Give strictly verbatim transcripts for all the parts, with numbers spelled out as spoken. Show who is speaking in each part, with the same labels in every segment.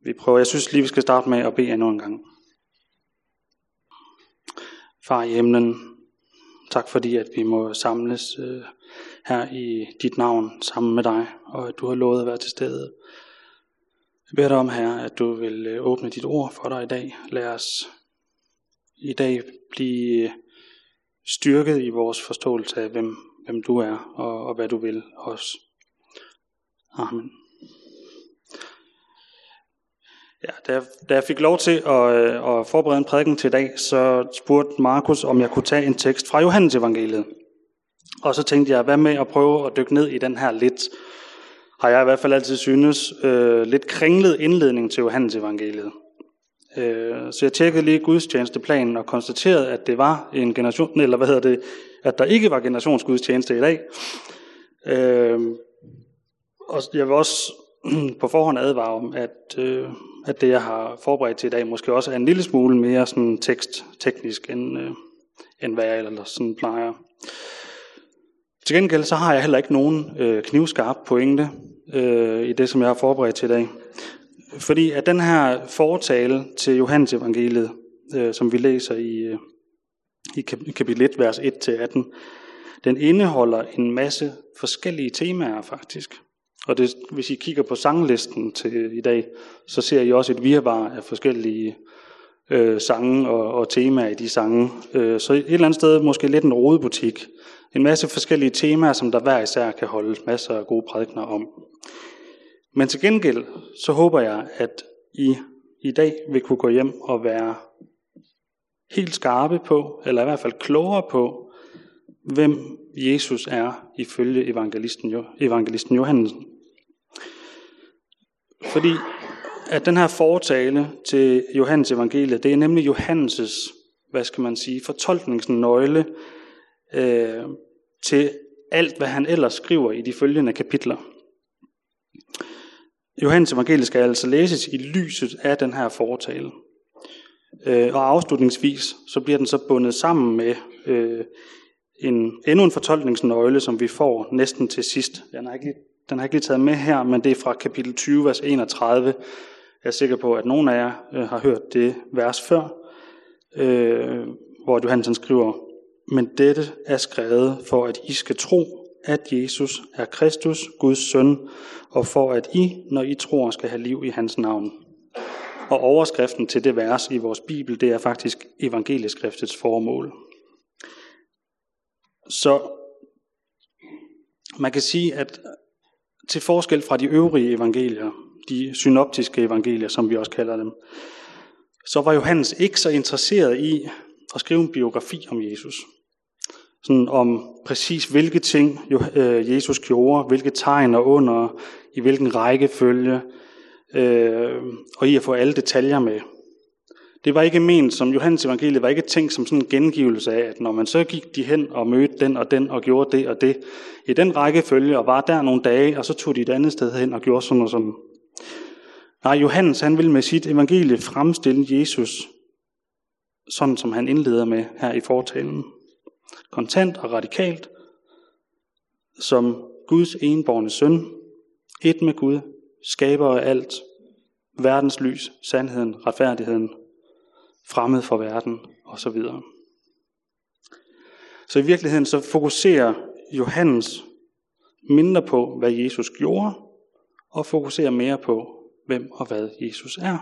Speaker 1: Vi prøver. Jeg synes lige, vi skal starte med at bede endnu en gang. Far i himlen, tak fordi, at vi må samles øh, her i dit navn sammen med dig, og at du har lovet at være til stede. Jeg beder dig om, Herre, at du vil øh, åbne dit ord for dig i dag. Lad os i dag blive styrket i vores forståelse af, hvem, hvem du er, og, og hvad du vil os. Amen. Ja, da, jeg, da jeg fik lov til at, øh, at forberede en prædiken til i dag, så spurgte Markus, om jeg kunne tage en tekst fra Johannes evangeliet. Og så tænkte jeg, hvad med at prøve at dykke ned i den her lidt, har jeg i hvert fald altid synes, øh, lidt kringlet indledning til Johannes evangeliet. Øh, så jeg tjekkede lige gudstjenesteplanen og konstaterede, at det var en generation, eller hvad hedder det, at der ikke var generationsgudstjeneste i dag. Øh, og jeg vil også på forhånd advare om, at, øh, at det, jeg har forberedt til i dag, måske også er en lille smule mere sådan tekstteknisk, end, øh, end hvad jeg ellers sådan plejer. Til gengæld så har jeg heller ikke nogen øh, knivskarp pointe øh, i det, som jeg har forberedt til i dag. Fordi at den her fortale til Johannes evangeliet, øh, som vi læser i, øh, i kapitel et, vers et til atten, den indeholder en masse forskellige temaer faktisk. Og det, hvis I kigger på sanglisten til i dag, så ser I også et virvar af forskellige øh, sange og, og temaer i de sange. Øh, så et eller andet sted måske lidt en rodebutik. En masse forskellige temaer, som der hver især kan holde masser af gode prædikener om. Men til gengæld, så håber jeg, at I i dag vil kunne gå hjem og være helt skarpe på, eller i hvert fald klogere på, hvem Jesus er ifølge evangelisten, evangelisten Johannes. Fordi at den her fortale til Johannes evangeliet, det er nemlig Johannes', hvad skal man sige, fortolkningsnøgle øh, til alt, hvad han ellers skriver i de følgende kapitler. Johannes evangeliet skal altså læses i lyset af den her fortale. Øh, og afslutningsvis, så bliver den så bundet sammen med øh, en, endnu en fortolkningsnøgle, som vi får næsten til sidst. Den har, ikke, den har ikke lige taget med her, men det er fra kapitel tyve, vers enogtredive. Jeg er sikker på, at nogle af jer øh, har hørt det vers før, øh, hvor Johannes skriver, men dette er skrevet for, at I skal tro, at Jesus er Kristus, Guds søn, og for at I, når I tror, skal have liv i hans navn. Og overskriften til det vers i vores Bibel, det er faktisk evangelieskriftets formål. Så man kan sige, at til forskel fra de øvrige evangelier, de synoptiske evangelier, som vi også kalder dem, så var Johannes ikke så interesseret i at skrive en biografi om Jesus. Sådan om præcis hvilke ting Jesus gjorde, hvilke tegn og under, i hvilken rækkefølge, øh, og i at få alle detaljer med. Det var ikke ment som Johannes evangeliet, var ikke tænkt som sådan en gengivelse af, at når man så gik de hen og mødte den og den og gjorde det og det, i den rækkefølge og var der nogle dage, og så tog de et andet sted hen og gjorde sådan og sådan. Nej, Johannes han vil med sit evangelie fremstille Jesus, sådan som han indleder med her i fortalen. Kontant og radikalt, som Guds enbårne søn, et med Gud, skaber af alt, verdens lys, sandheden, retfærdigheden, fremmed for verden osv. Så i virkeligheden så fokuserer Johannes mindre på, hvad Jesus gjorde, og fokuserer mere på, hvem og hvad Jesus er.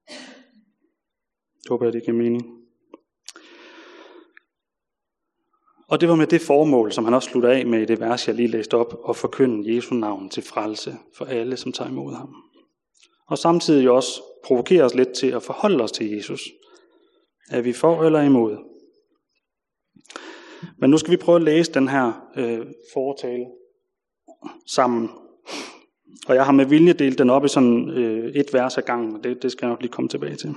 Speaker 1: Jeg håber, at det giver mening. Og det var med det formål, som han også slutter af med i det vers, jeg lige læste op, at forkynde Jesu navn til frelse for alle, som tager imod ham. Og samtidig også provokere os lidt til at forholde os til Jesus. Er vi for eller imod? Men nu skal vi prøve at læse den her øh, foretale sammen. Og jeg har med vilje delt den op i sådan øh, et vers ad gangen, og det, det skal jeg nok lige komme tilbage til.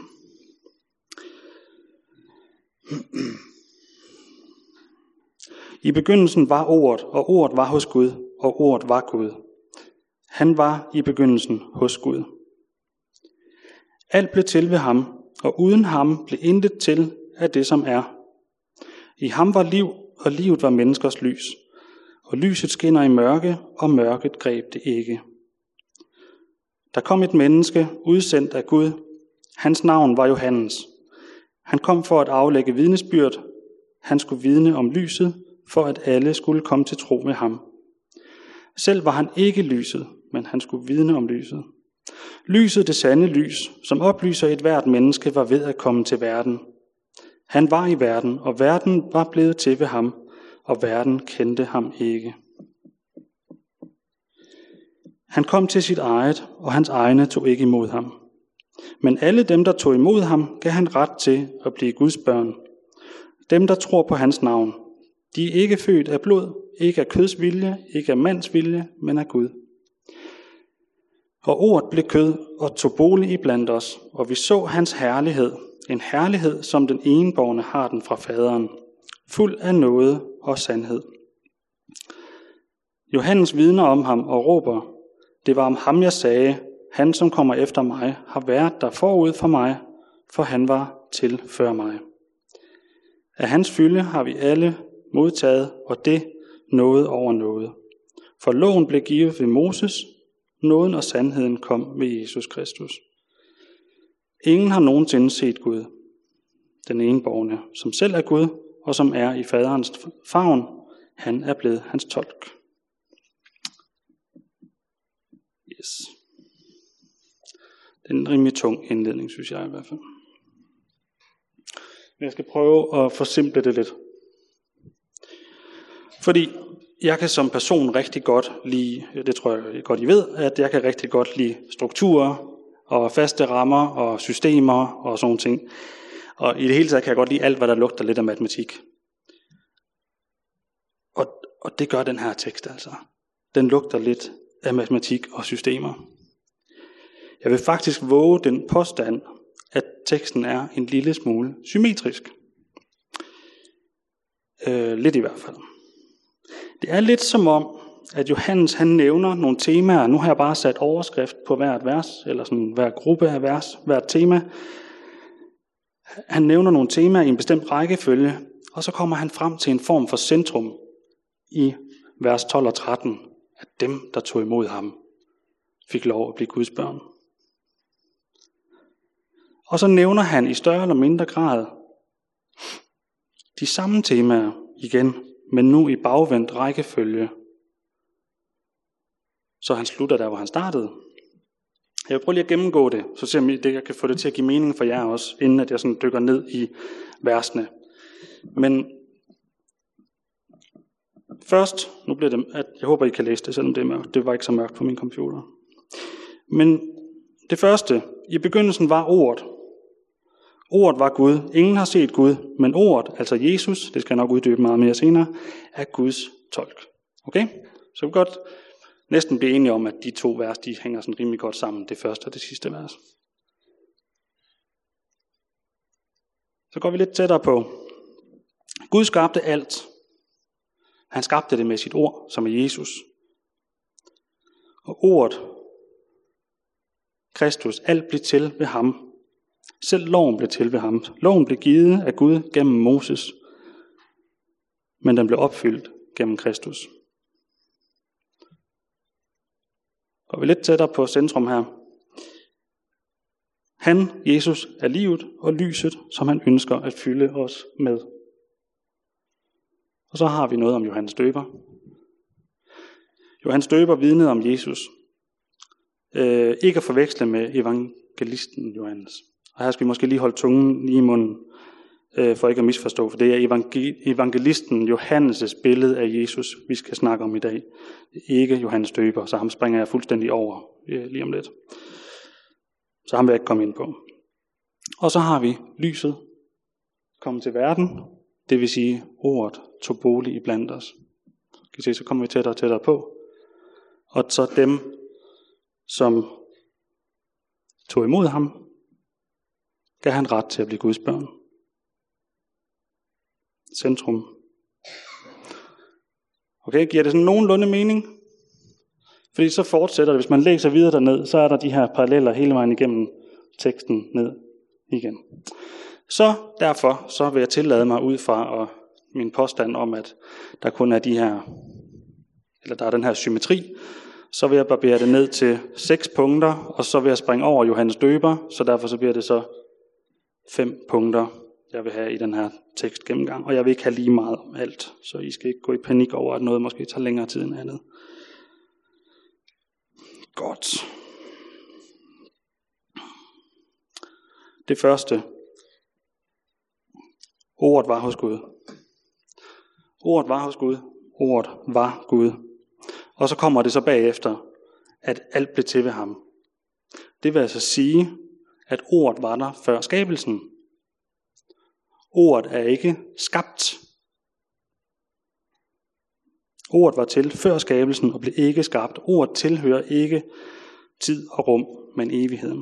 Speaker 1: I begyndelsen var ordet, og ordet var hos Gud, og ordet var Gud. Han var i begyndelsen hos Gud. Alt blev til ved ham, og uden ham blev intet til af det, som er. I ham var liv, og livet var menneskers lys. Og lyset skinner i mørke, og mørket greb det ikke. Der kom et menneske, udsendt af Gud. Hans navn var Johannes. Han kom for at aflægge vidnesbyrd. Han skulle vidne om lyset, for at alle skulle komme til tro ved ham. Selv var han ikke lyset, men han skulle vidne om lyset. Lyset, det sande lys, som oplyser et hvert menneske, var ved at komme til verden. Han var i verden, og verden var blevet til ved ham, og verden kendte ham ikke. Han kom til sit eget, og hans egne tog ikke imod ham. Men alle dem, der tog imod ham, gav han ret til at blive Guds børn. Dem, der tror på hans navn. De er ikke født af blod, ikke af køds vilje, ikke af mands vilje, men af Gud. Og ordet blev kød og tog bolig iblandt os, og vi så hans herlighed, en herlighed, som den enbårne har den fra faderen, fuld af nåde og sandhed. Johannes vidner om ham og råber, det var om ham jeg sagde, han som kommer efter mig, har været der forud for mig, for han var til før mig. Af hans fylde har vi alle modtaget, og det noget over noget. For loven blev givet ved Moses, nåden og sandheden kom ved Jesus Kristus. Ingen har nogensinde set Gud, den enbårne, som selv er Gud, og som er i faderens favn. Han er blevet hans tolk. Yes. Det er en rimelig tung indledning, synes jeg i hvert fald. Men jeg skal prøve at forsimple det lidt. Fordi jeg kan som person rigtig godt lide, det tror jeg godt I ved, at jeg kan rigtig godt lide strukturer og faste rammer og systemer og sådan ting. Og i det hele taget kan jeg godt lide alt, hvad der lugter lidt af matematik. Og, og det gør den her tekst altså. Den lugter lidt af matematik og systemer. Jeg vil faktisk våge den påstand, at teksten er en lille smule symmetrisk. Øh, lidt i hvert fald. Det er lidt som om, at Johannes han nævner nogle temaer. Nu har jeg bare sat overskrift på hvert vers, eller sådan hver gruppe af vers, hvert tema. Han nævner nogle temaer i en bestemt rækkefølge, og så kommer han frem til en form for centrum i vers tolv og tretten, at dem, der tog imod ham, fik lov at blive Guds børn. Og så nævner han i større eller mindre grad de samme temaer igen, men nu i bagvendt rækkefølge. Så han slutter der, hvor han startede. Jeg vil prøve lige at gennemgå det, så ser jeg, jeg kan få det til at give mening for jer også, inden at jeg sådan dykker ned i versene. Men først, nu bliver det, at jeg håber I kan læse det, selvom det er mørkt. Det var ikke så mørkt på min computer. Men det første, i begyndelsen var ordet. Ordet var Gud. Ingen har set Gud, men ordet, altså Jesus, det skal jeg nok uddybe meget mere senere, er Guds tolk. Okay? Så vi kan godt næsten blive enige om, at de to vers, de hænger sådan rimelig godt sammen, det første og det sidste vers. Så går vi lidt tættere på. Gud skabte alt. Han skabte det med sit ord, som er Jesus. Og ordet, Kristus, alt blev til ved ham. Selv loven blev til ved ham. Loven blev givet af Gud gennem Moses, men den blev opfyldt gennem Kristus. Og vi er lidt tættere på centrum her. Han, Jesus, er livet og lyset, som han ønsker at fylde os med. Og så har vi noget om Johannes Døber. Johannes Døber vidnede om Jesus. Øh, ikke at forveksle med evangelisten Johannes. Og her skal vi måske lige holde tungen lige i munden, øh, for ikke at misforstå, for det er evangelisten Johannes' billede af Jesus, vi skal snakke om i dag. Ikke Johannes Døber, så ham springer jeg fuldstændig over øh, lige om lidt. Så ham vil jeg ikke komme ind på. Og så har vi lyset kommet til verden, det vil sige ordet tog bolig iblandt os. Kan I se, så kommer vi tættere og tættere på. Og så dem, som tog imod ham, gav han ret til at blive Guds børn. Centrum. Okay, giver det sådan nogenlunde mening? Fordi så fortsætter det. Hvis man læser videre derned, så er der de her paralleller hele vejen igennem teksten ned igen. Så derfor så vil jeg tillade mig ud fra og min påstand om, at der kun er de her, eller der er den her symmetri, så vil jeg barbere det ned til seks punkter, og så vil jeg springe over Johannes Døber, så derfor så bliver det så fem punkter, jeg vil have i den her tekst gennemgang. Og jeg vil ikke have lige meget om alt, så I skal ikke gå i panik over, at noget måske tager længere tid end andet. Godt. Det første. Ordet var hos Gud. Ordet var hos Gud. Ordet var Gud. Og så kommer det så bagefter, at alt blev til ved ham. Det vil altså sige, at ordet var der før skabelsen. Ordet er ikke skabt. Ordet var til før skabelsen og blev ikke skabt. Ordet tilhører ikke tid og rum, men evigheden.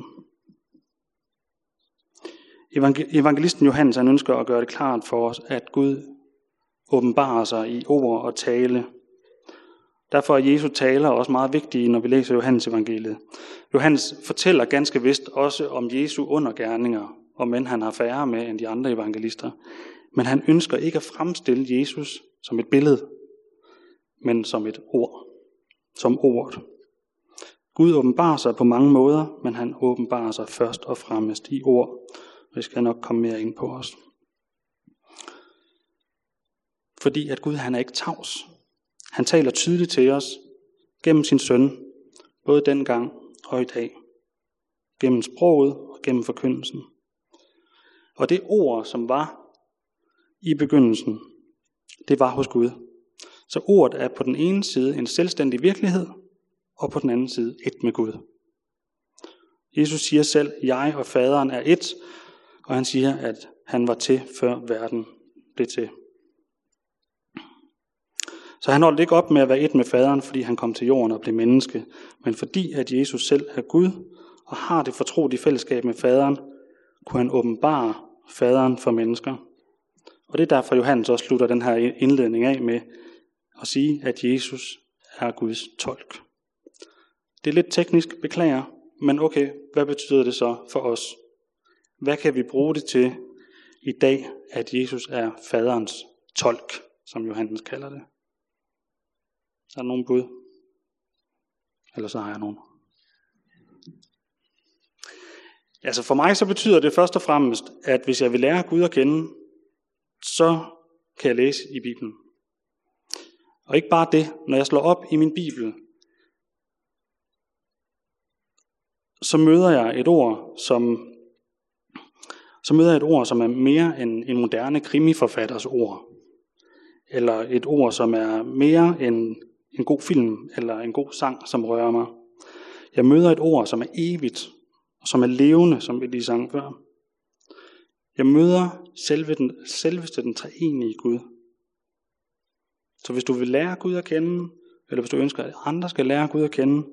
Speaker 1: Evangelisten Johannes han ønsker at gøre det klart for os, at Gud åbenbarer sig i ord og tale. Derfor er Jesu taler også meget vigtige, når vi læser Johannes evangeliet. Johannes fortæller ganske vist også om Jesu undergerninger, og men han har færre med end de andre evangelister. Men han ønsker ikke at fremstille Jesus som et billede, men som et ord, som ordet. Gud åbenbarer sig på mange måder, men han åbenbarer sig først og fremmest i ord. Vi skal nok komme mere ind på os. Fordi at Gud han er ikke tavs. Han taler tydeligt til os gennem sin søn, både dengang og i dag. Gennem sproget og gennem forkyndelsen. Og det ord, som var i begyndelsen, det var hos Gud. Så ordet er på den ene side en selvstændig virkelighed, og på den anden side et med Gud. Jesus siger selv, jeg og faderen er et, og han siger, at han var til, før verden blev til. Så han holdt ikke op med at være et med faderen, fordi han kom til jorden og blev menneske, men fordi at Jesus selv er Gud, og har det fortrolige fællesskab med faderen, kunne han åbenbare faderen for mennesker. Og det er derfor, Johannes også slutter den her indledning af med at sige, at Jesus er Guds tolk. Det er lidt teknisk, beklager, men okay, hvad betyder det så for os? Hvad kan vi bruge det til i dag, at Jesus er faderens tolk, som Johannes kalder det? Er der nogen bud? Eller så har jeg nogen. Altså for mig så betyder det først og fremmest, at hvis jeg vil lære Gud at kende, så kan jeg læse i Bibelen. Og ikke bare det, når jeg slår op i min Bibel, så møder jeg et ord, som så møder jeg et ord, som er mere end en moderne krimiforfatters ord. Eller et ord, som er mere end en god film, eller en god sang, som rører mig. Jeg møder et ord, som er evigt, og som er levende, som vi lige sang før. Jeg møder selve den, selveste den treenige Gud. Så hvis du vil lære Gud at kende, eller hvis du ønsker, at andre skal lære Gud at kende,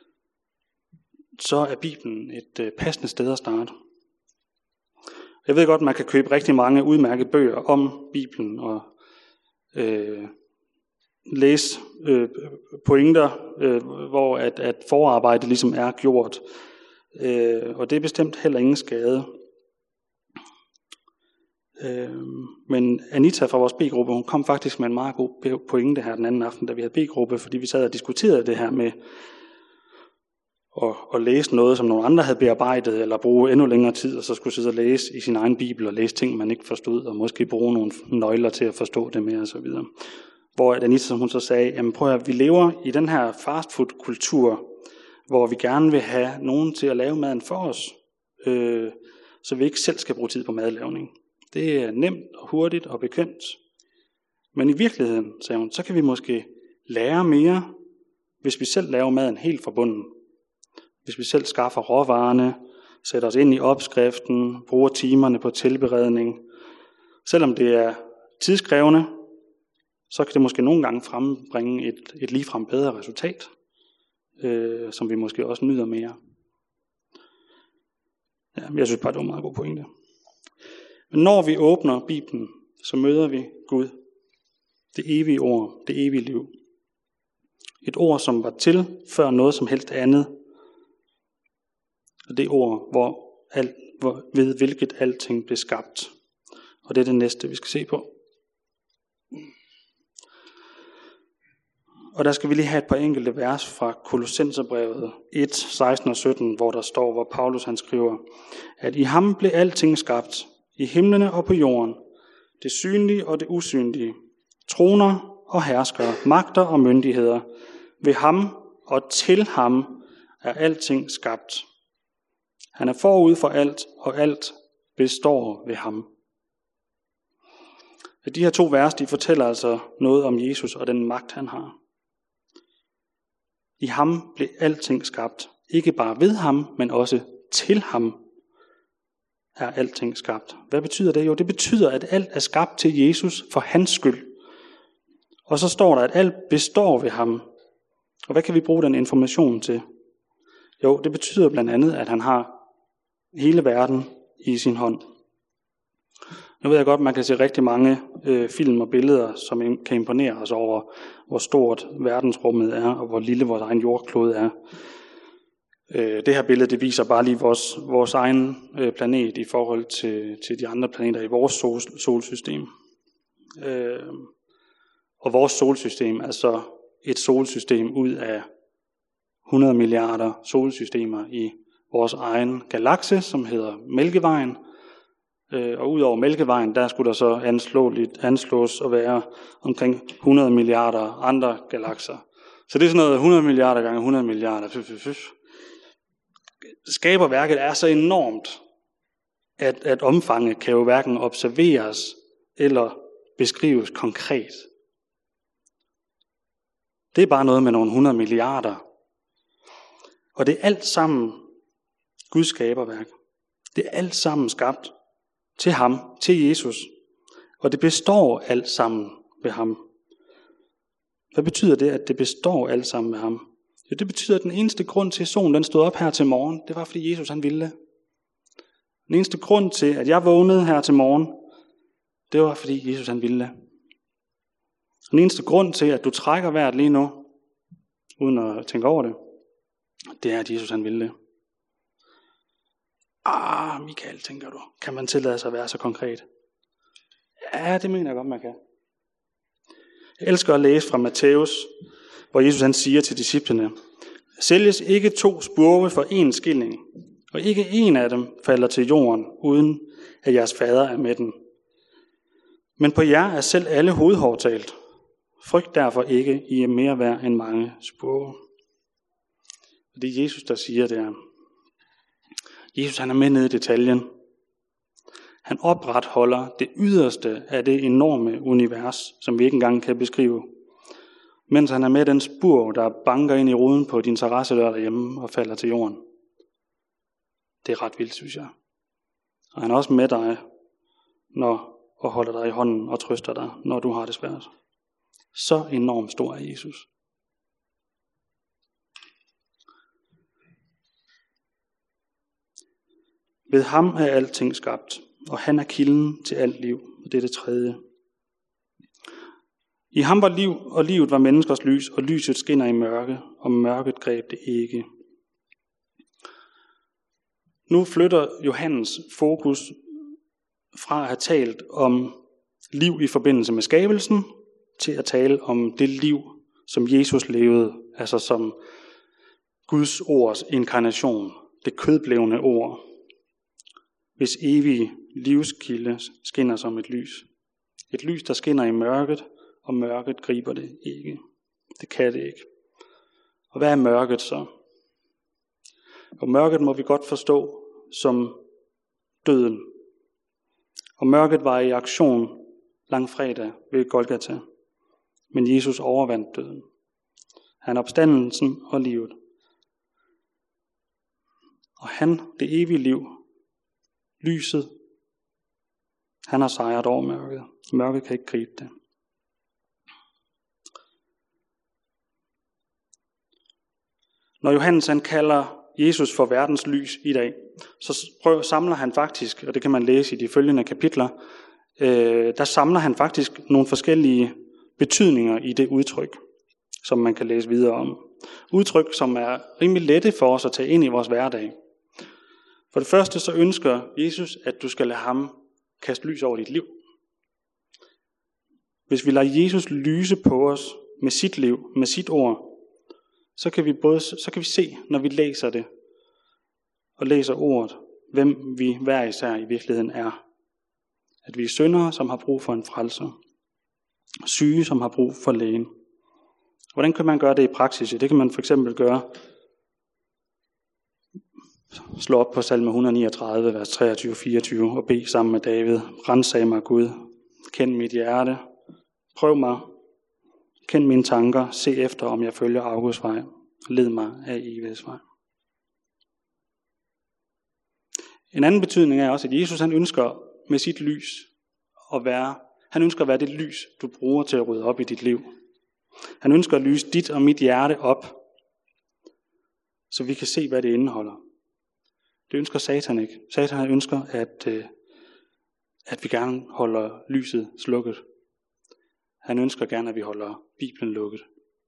Speaker 1: så er Bibelen et øh, passende sted at starte. Jeg ved godt, at man kan købe rigtig mange udmærkede bøger om Bibelen, og øh, læse øh, pointer, øh, hvor at, at forarbejdet ligesom er gjort. Øh, og det er bestemt heller ingen skade. Øh, men Anita fra vores B-gruppe, hun kom faktisk med en meget god pointe her den anden aften, da vi havde B-gruppe, fordi vi sad og diskuterede det her med at, at læse noget, som nogle andre havde bearbejdet, eller bruge endnu længere tid, og så skulle sidde og læse i sin egen Bibel, og læse ting, man ikke forstod, og måske bruge nogle nøgler til at forstå det mere, og så videre. Hvor Anita, som hun så sagde, jamen prøv at vi lever i den her fastfood-kultur, hvor vi gerne vil have nogen til at lave maden for os, øh, så vi ikke selv skal bruge tid på madlavning. Det er nemt og hurtigt og bekvemt. Men i virkeligheden, sagde hun, så kan vi måske lære mere, hvis vi selv laver maden helt fra bunden. Hvis vi selv skaffer råvarerne, sætter os ind i opskriften, bruger timerne på tilberedning. Selvom det er tidskrævende, så kan det måske nogle gange frembringe et, et ligefrem bedre resultat, øh, som vi måske også nyder mere. Ja, jeg synes bare, det var en meget god pointe. Men når vi åbner Bibelen, så møder vi Gud. Det evige ord, det evige liv. Et ord, som var til før noget som helst andet. Og det ord, hvor alt, hvor, ved hvilket alting blev skabt. Og det er det næste, vi skal se på. Og der skal vi lige have et par enkelte vers fra Kolossenserbrevet et, seksten og sytten, hvor der står, hvor Paulus han skriver, at i ham blev alting skabt, i himlene og på jorden, det synlige og det usynlige, troner og herskere, magter og myndigheder. Ved ham og til ham er alting skabt. Han er forud for alt, og alt består ved ham. De her to vers, de fortæller altså noget om Jesus og den magt, han har. I ham blev alting skabt. Ikke bare ved ham, men også til ham er alting skabt. Hvad betyder det? Jo, det betyder, at alt er skabt til Jesus for hans skyld. Og så står der, at alt består ved ham. Og hvad kan vi bruge den information til? Jo, det betyder blandt andet, at han har hele verden i sin hånd. Nu ved jeg godt, at man kan se rigtig mange øh, film og billeder, som kan imponere os over, hvor stort verdensrummet er, og hvor lille vores egen jordklode er. Øh, det her billede, det viser bare lige vores, vores egen øh, planet i forhold til, til de andre planeter i vores sol, solsystem. Øh, og vores solsystem er så et solsystem ud af hundrede milliarder solsystemer i vores egen galakse, som hedder Mælkevejen. Og ud over Mælkevejen, der skulle der så anslås, anslås at være omkring hundrede milliarder andre galakser. Så det er sådan noget hundrede milliarder gange hundrede milliarder. Skaberværket er så enormt, at, at omfanget kan jo hverken observeres eller beskrives konkret. Det er bare noget med nogle hundrede milliarder. Og det er alt sammen Guds skaberværk. Det er alt sammen skabt til ham, til Jesus. Og det består alt sammen ved ham. Hvad betyder det, at det består alt sammen ved ham? Jo, det betyder, at den eneste grund til, at solen den stod op her til morgen, det var, fordi Jesus han ville. Den eneste grund til, at jeg vågnede her til morgen, det var, fordi Jesus han ville. Den eneste grund til, at du trækker vejret lige nu, uden at tænke over det, det er, at Jesus han ville. Ah, Michael, tænker du, kan man tillade sig at være så konkret? Ja, det mener jeg godt, man kan. Jeg elsker at læse fra Matthæus, hvor Jesus han siger til disciplene, sælges ikke to spurve for én skilling, og ikke en af dem falder til jorden, uden at jeres fader er med den. Men på jer er selv alle hovedhår talt. Frygt derfor ikke, I er mere værd end mange spurve. Og det er Jesus, der siger det her. Jesus han er med nede i detaljen. Han opretholder det yderste af det enorme univers, som vi ikke engang kan beskrive. Mens han er med den spurv, der banker ind i ruden på din terrassedør derhjemme og falder til jorden. Det er ret vildt, synes jeg. Og han er også med dig, når, og holder dig i hånden og trøster dig, når du har det svært. Så enormt stor er Jesus. Ved ham er alting skabt, og han er kilden til alt liv. Og det er det tredje. I ham var liv, og livet var menneskers lys, og lyset skinner i mørke, og mørket greb det ikke. Nu flytter Johannes fokus fra at have talt om liv i forbindelse med skabelsen, til at tale om det liv, som Jesus levede, altså som Guds ords inkarnation, det kødblevne ord, hvis evige livskilde skinner som et lys. Et lys, der skinner i mørket, og mørket griber det ikke. Det kan det ikke. Og hvad er mørket så? Og mørket må vi godt forstå som døden. Og mørket var i aktion langfredag ved Golgata. Men Jesus overvandt døden. Han er opstandelsen og livet. Og han, det evige liv, lyset, han har sejret over mørket. Mørket kan ikke gribe det. Når Johannes han kalder Jesus for verdens lys i dag, så prøver, samler han faktisk, og det kan man læse i de følgende kapitler, øh, der samler han faktisk nogle forskellige betydninger i det udtryk, som man kan læse videre om. Udtryk, som er rimelig lette for os at tage ind i vores hverdag. For det første så ønsker Jesus, at du skal lade ham kaste lys over dit liv. Hvis vi lader Jesus lyse på os, med sit liv, med sit ord, så kan vi både så kan vi se, når vi læser det, og læser ordet, hvem vi hver især i virkeligheden er. At vi er syndere, som har brug for en frelser. Syge, som har brug for lægen. Hvordan kan man gøre det i praksis? Det kan man for eksempel gøre. Slå op på salme et hundrede niogtredive, vers treogtyve og fireogtyve, og bede sammen med David. Ransag mig, Gud. Kend mit hjerte. Prøv mig. Kend mine tanker. Se efter, om jeg følger afguds vej. Led mig af evigheds vej. En anden betydning er også, at Jesus han ønsker med sit lys at være, han ønsker at være det lys, du bruger til at rydde op i dit liv. Han ønsker at lyse dit og mit hjerte op, så vi kan se, hvad det indeholder. Det ønsker Satan ikke. Satan ønsker, at, at vi gerne holder lyset slukket. Han ønsker gerne, at vi holder Bibelen lukket.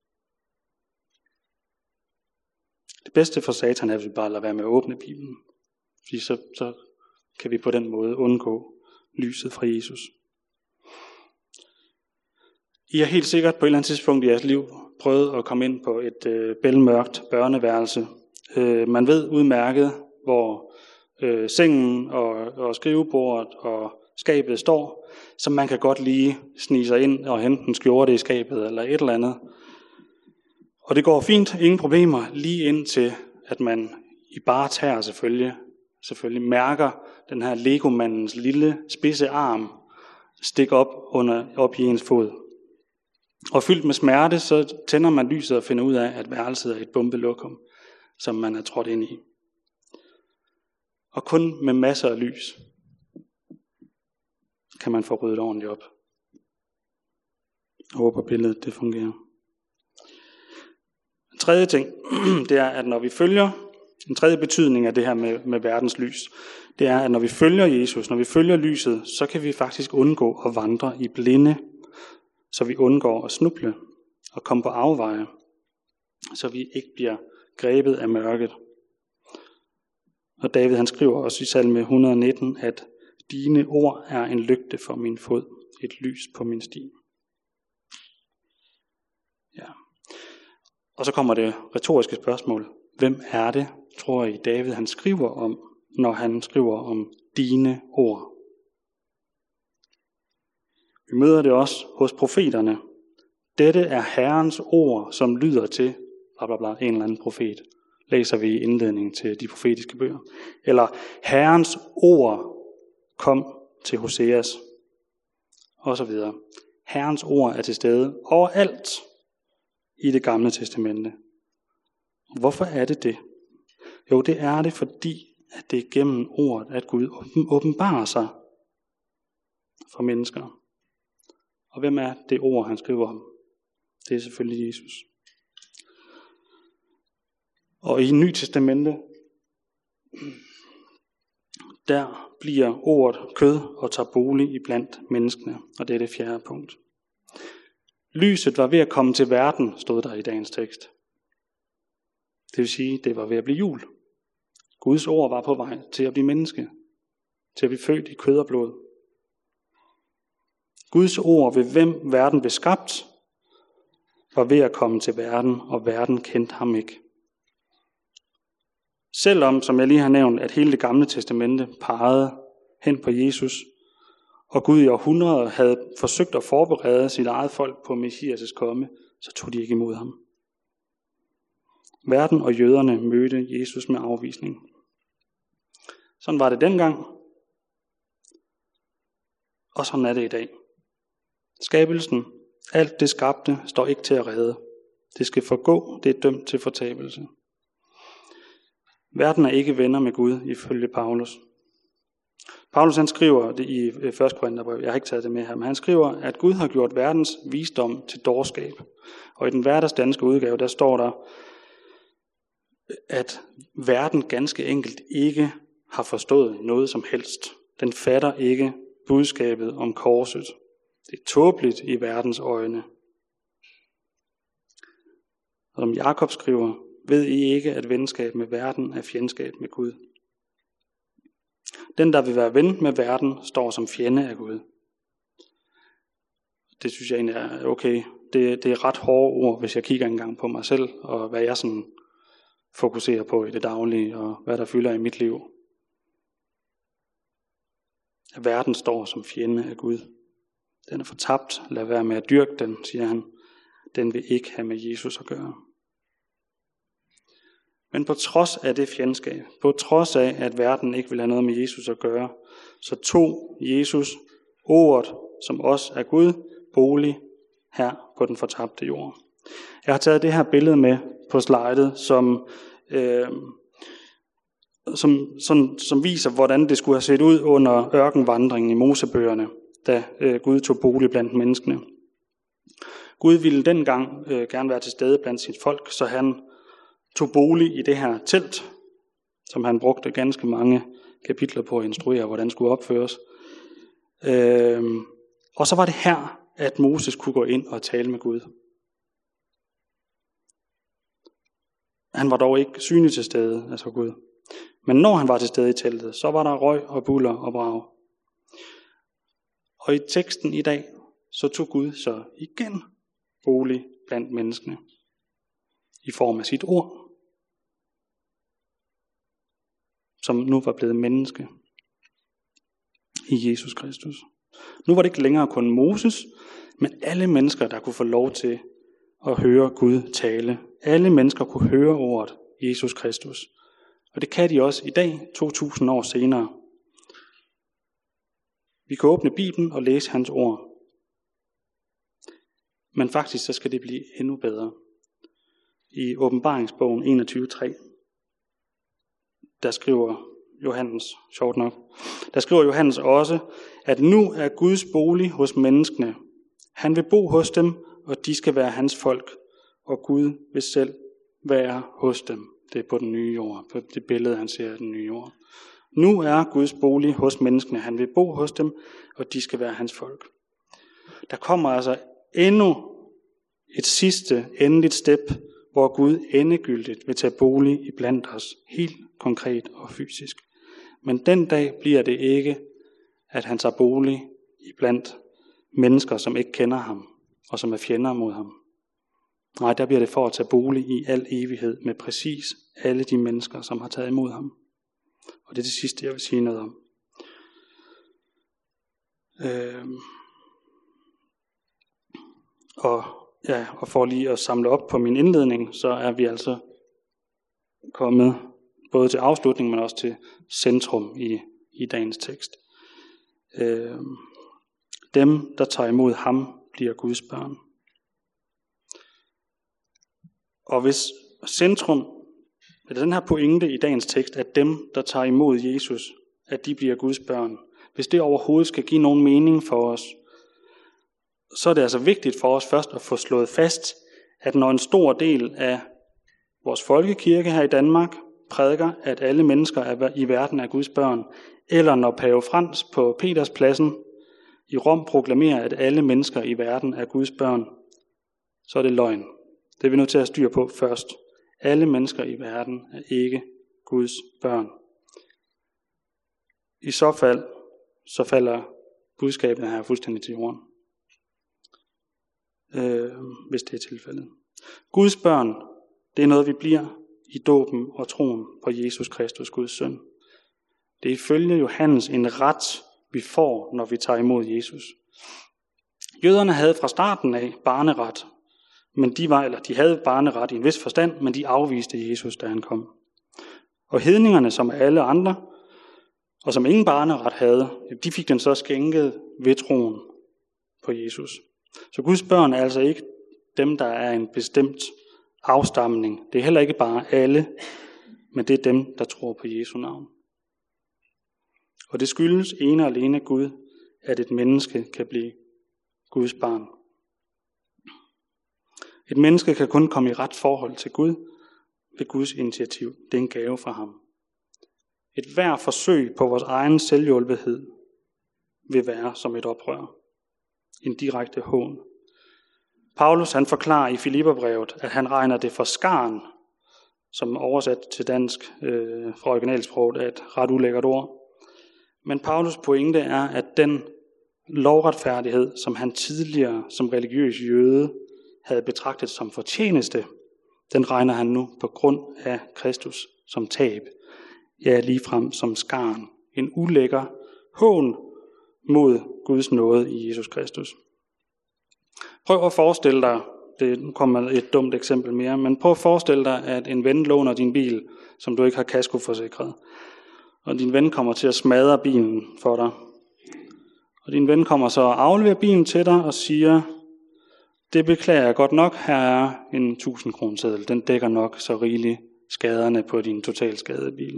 Speaker 1: Det bedste for Satan er, at vi bare lader være med at åbne Bibelen. Fordi så, så kan vi på den måde undgå lyset fra Jesus. I har helt sikkert på et eller andet tidspunkt i jeres liv prøvet at komme ind på et øh, bælmørkt børneværelse. Øh, man ved udmærket, hvor øh, sengen og, og skrivebordet og skabet står, så man kan godt lige snige sig ind og hente en skjorte i skabet eller et eller andet. Og det går fint, ingen problemer, lige indtil at man i bare tæer selvfølgelig, selvfølgelig mærker den her legomandens lille spidse arm stikke op, under, op i ens fod. Og fyldt med smerte, så tænder man lyset og finder ud af, at værelset er et bombelokum, som man er trådt ind i. Og kun med masser af lys kan man få ryddet ordentligt op. Jeg håber billedet det fungerer. En tredje ting, det er, at når vi følger, en tredje betydning af det her med, med verdens lys, det er, at når vi følger Jesus, når vi følger lyset, så kan vi faktisk undgå at vandre i blinde, så vi undgår at snuble og komme på afveje, så vi ikke bliver grebet af mørket. Og David han skriver også i salme et hundrede nitten, at dine ord er en lygte for min fod, et lys på min sti. Ja. Og så kommer det retoriske spørgsmål. Hvem er det, tror I, David han skriver om, når han skriver om dine ord? Vi møder det også hos profeterne. Dette er Herrens ord, som lyder til bla bla bla, en eller anden profet. Læser vi i indledningen til de profetiske bøger. Eller Herrens ord kom til Hoseas. Og så videre. Herrens ord er til stede overalt i det gamle testamente. Hvorfor er det det? Jo, det er det, fordi at det er gennem ordet, at Gud åbenbarer sig for mennesker. Og hvem er det ord, han skriver om? Det er selvfølgelig Jesus. Og i Nye Testamente, der bliver ordet kød og tager bolig iblandt menneskene. Og det er det fjerde punkt. Lyset var ved at komme til verden, stod der i dagens tekst. Det vil sige, det var ved at blive jul. Guds ord var på vej til at blive menneske. Til at blive født i kød og blod. Guds ord, ved hvem verden blev skabt, var ved at komme til verden, og verden kendte ham ikke. Selvom, som jeg lige har nævnt, at hele det gamle testamente pegede hen på Jesus, og Gud i århundreder havde forsøgt at forberede sit eget folk på Messias' komme, så tog de ikke imod ham. Verden og jøderne mødte Jesus med afvisning. Sådan var det dengang, og sådan er det i dag. Skabelsen, alt det skabte, står ikke til at redde. Det skal forgå, det er dømt til fortabelse. Verden er ikke venner med Gud, ifølge Paulus. Paulus han skriver det i første Korintherbrev, jeg har ikke taget det med her, men han skriver, at Gud har gjort verdens visdom til dårskab. Og i den hverdagsdanske udgave, der står der, at verden ganske enkelt ikke har forstået noget som helst. Den fatter ikke budskabet om korset. Det er tåbeligt i verdens øjne. Og som Jakob skriver, ved I ikke, at venskab med verden er fjendskab med Gud. Den, der vil være ven med verden, står som fjende af Gud. Det synes jeg egentlig er okay det, det er ret hårde ord, hvis jeg kigger engang på mig selv, og hvad jeg sådan fokuserer på i det daglige, og hvad der fylder i mit liv. At verden står som fjende af Gud. Den er fortabt. Lad være med at dyrke den, siger han. Den vil ikke have med Jesus at gøre. Men på trods af det fjendskab, på trods af, at verden ikke vil have noget med Jesus at gøre, så tog Jesus ordet, som også er Gud, bolig her på den fortabte jord. Jeg har taget det her billede med på slidet, som, øh, som, som, som viser, hvordan det skulle have set ud under ørkenvandringen i Mosebøgerne, da øh, Gud tog bolig blandt menneskene. Gud ville dengang øh, gerne være til stede blandt sit folk, så han tog bolig i det her telt, som han brugte ganske mange kapitler på at instruere, hvordan det skulle opføres. Øh, og så var det her, at Moses kunne gå ind og tale med Gud. Han var dog ikke synlig til stede, altså Gud. Men når han var til stede i teltet, så var der røg og buller og brag. Og i teksten i dag, så tog Gud så igen bolig blandt menneskene i form af sit ord, som nu var blevet menneske i Jesus Kristus. Nu var det ikke længere kun Moses, men alle mennesker, der kunne få lov til at høre Gud tale. Alle mennesker kunne høre ordet Jesus Kristus. Og det kan de også i dag, to tusind år senere. Vi kan åbne Bibelen og læse hans ord. Men faktisk så skal det blive endnu bedre. I åbenbaringsbogen enogtyve tre, der skriver Johannes, sjovt nok, der skriver Johannes også, at nu er Guds bolig hos menneskene. Han vil bo hos dem, og de skal være hans folk, og Gud vil selv være hos dem. Det er på den nye jord, på det billede, han ser af den nye jord. Nu er Guds bolig hos menneskene. Han vil bo hos dem, og de skal være hans folk. Der kommer altså endnu et sidste, endeligt step, hvor Gud endegyldigt vil tage bolig iblandt os, helt konkret og fysisk. Men den dag bliver det ikke, at han tager bolig iblandt mennesker, som ikke kender ham, og som er fjender mod ham. Nej, der bliver det for at tage bolig i al evighed med præcis alle de mennesker, som har taget imod ham. Og det er det sidste, jeg vil sige noget om. Øhm. Og, ja, og for lige at samle op på min indledning, så er vi altså kommet både til afslutning, men også til centrum i, i dagens tekst. Øhm. Dem, der tager imod ham, bliver Guds børn. Og hvis centrum, eller den her pointe i dagens tekst, at dem, der tager imod Jesus, at de bliver Guds børn, hvis det overhovedet skal give nogen mening for os, så er det altså vigtigt for os først at få slået fast, at når en stor del af vores folkekirke her i Danmark prædiker, at alle mennesker i verden er Guds børn, eller når Pave Frans på Peterspladsen i Rom proklamerer, at alle mennesker i verden er Guds børn, så er det løgn. Det er vi nødt til at styre på først. Alle mennesker i verden er ikke Guds børn. I så fald, så falder budskabet her fuldstændig til jorden. Øh, hvis det er tilfældet. Guds børn, det er noget, vi bliver i dåben og troen på Jesus Kristus, Guds søn. Det er ifølge Johannes en ret, vi får, når vi tager imod Jesus. Jøderne havde fra starten af barneret, men de var eller de havde barneret i en vis forstand, men de afviste Jesus, da han kom. Og hedningerne, som alle andre, og som ingen barneret havde, de fik den så skænket ved troen på Jesus. Så Guds børn er altså ikke dem, der er en bestemt afstamning. Det er heller ikke bare alle, men det er dem, der tror på Jesu navn. Og det skyldes ene og alene Gud, at et menneske kan blive Guds barn. Et menneske kan kun komme i ret forhold til Gud ved Guds initiativ. Det er en gave fra ham. Et hver forsøg på vores egen selvhjulpethed vil være som et oprør. En direkte hån. Paulus han forklarer i Filipperbrevet, at han regner det for skarn, som oversat til dansk øh, fra originalsproget er et ret ulækkert ord. Men Paulus' pointe er, at den lovretfærdighed, som han tidligere som religiøs jøde havde betragtet som fortjeneste, den regner han nu på grund af Kristus som tab. Ja, ligefrem som skarn. En ulækker hån mod Guds nåde i Jesus Kristus. Prøv at forestille dig, det kommer et dumt eksempel mere, men prøv at forestille dig, at en ven låner din bil, som du ikke har kaskoforsikret. Og din ven kommer til at smadre bilen for dig. Og din ven kommer så og afleverer bilen til dig og siger, det beklager jeg godt nok, her er en tusind kroner seddel. Den dækker nok så rigeligt skaderne på din totalskadede bil.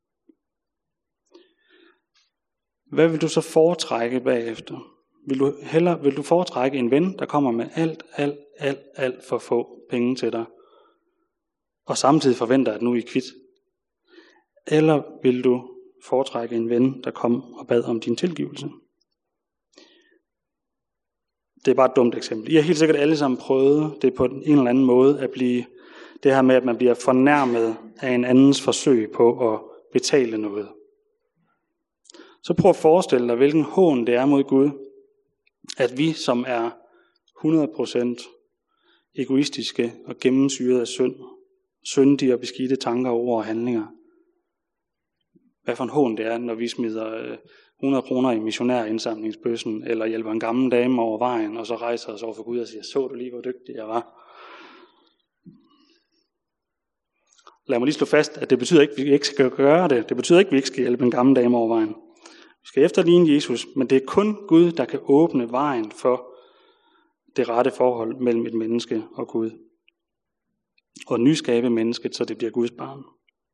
Speaker 1: Hvad vil du så foretrække bagefter? Vil du, hellere, vil du foretrække en ven, der kommer med alt, alt, alt, alt for få penge til dig, og samtidig forventer, at nu er I kvit? Eller vil du foretrække en ven, der kom og bad om din tilgivelse? Det er bare et dumt eksempel. I har helt sikkert alle sammen prøvet det på en eller anden måde, at blive det her med, at man bliver fornærmet af en andens forsøg på at betale noget. Så prøv at forestille dig, hvilken hån det er mod Gud, at vi, som er hundrede procent egoistiske og gennemsyret af synd, syndige og beskidte tanker, ord og handlinger. Hvad for en hån det er, når vi smider hundrede kroner i missionærindsamlingsbøssen, eller hjælper en gammel dame over vejen, og så rejser os over for Gud og siger, så du lige, hvor dygtig jeg var. Lad mig lige slå fast, at det betyder ikke, at vi ikke skal gøre det. Det betyder ikke, at vi ikke skal hjælpe en gammel dame over vejen. Vi skal efterligne Jesus, men det er kun Gud, der kan åbne vejen for det rette forhold mellem et menneske og Gud. Og nyskabe mennesket, så det bliver Guds barn.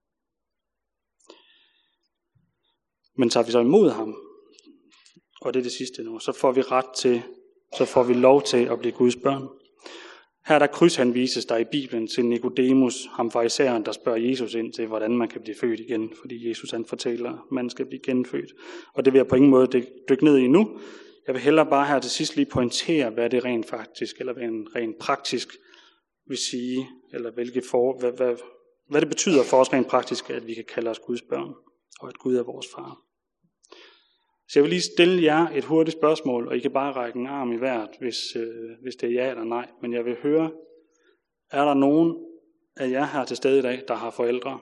Speaker 1: Men tager vi så imod ham, og det er det sidste nu, så får vi ret til, så får vi lov til at blive Guds børn. Her er der krydshenvises der i Bibelen til Nikodemus, ham farisæeren, der spørger Jesus ind til, hvordan man kan blive født igen, fordi Jesus han fortæller, at man skal blive genfødt. Og det vil jeg på ingen måde dykke ned i nu. Jeg vil hellere bare her til sidst lige pointere, hvad det rent faktisk, eller hvad en rent praktisk vil sige, eller hvilke for, hvad, hvad, hvad det betyder for os rent praktisk, at vi kan kalde os Guds børn, og at Gud er vores far. Så jeg vil lige stille jer et hurtigt spørgsmål, og I kan bare række en arm i vejret, hvis, øh, hvis det er ja eller nej. Men jeg vil høre, er der nogen af jer her til stede i dag, der har forældre?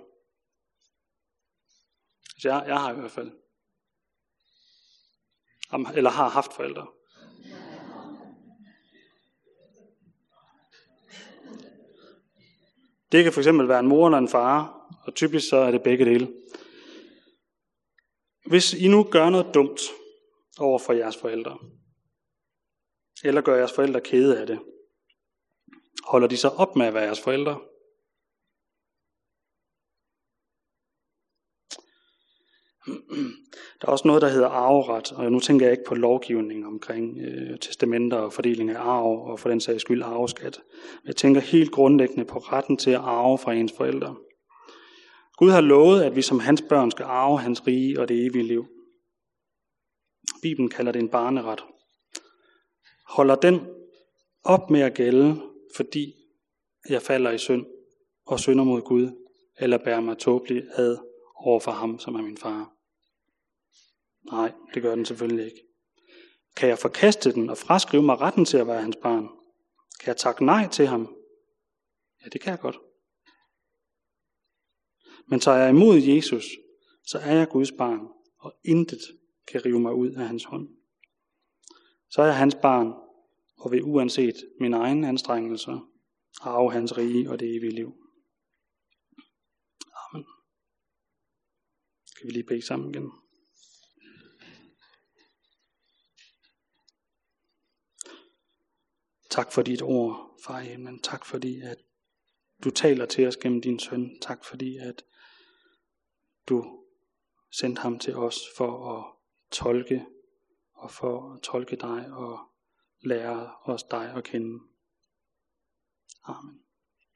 Speaker 1: Så jeg, jeg har i hvert fald. Eller har haft forældre. Det kan fx være en mor eller en far, og typisk så er det begge dele. Hvis I nu gør noget dumt over for jeres forældre, eller gør jeres forældre kede af det, holder de så op med at være jeres forældre? Der er også noget, der hedder arveret, og nu tænker jeg ikke på lovgivning omkring øh, testamenter og fordeling af arv, og for den sags skyld arveskat. Jeg tænker helt grundlæggende på retten til at arve fra ens forældre. Gud har lovet, at vi som hans børn skal arve hans rige og det evige liv. Bibelen kalder det en barneret. Holder den op med at gælde, fordi jeg falder i synd og synder mod Gud, eller bærer mig tåbeligt ad over for ham, som er min far? Nej, det gør den selvfølgelig ikke. Kan jeg forkaste den og fraskrive mig retten til at være hans barn? Kan jeg takke nej til ham? Ja, det kan jeg godt. Men tager jeg imod Jesus, så er jeg Guds barn, og intet kan rive mig ud af hans hånd. Så er jeg hans barn, og vil uanset mine egne anstrengelser arve hans rige og det evige liv. Amen. Skal vi lige bede sammen igen? Tak for dit ord, far i himlen. Tak fordi, at du taler til os gennem din søn. Tak fordi, at du sendte ham til os for at tolke, og for at tolke dig og lære os dig at kende. Amen.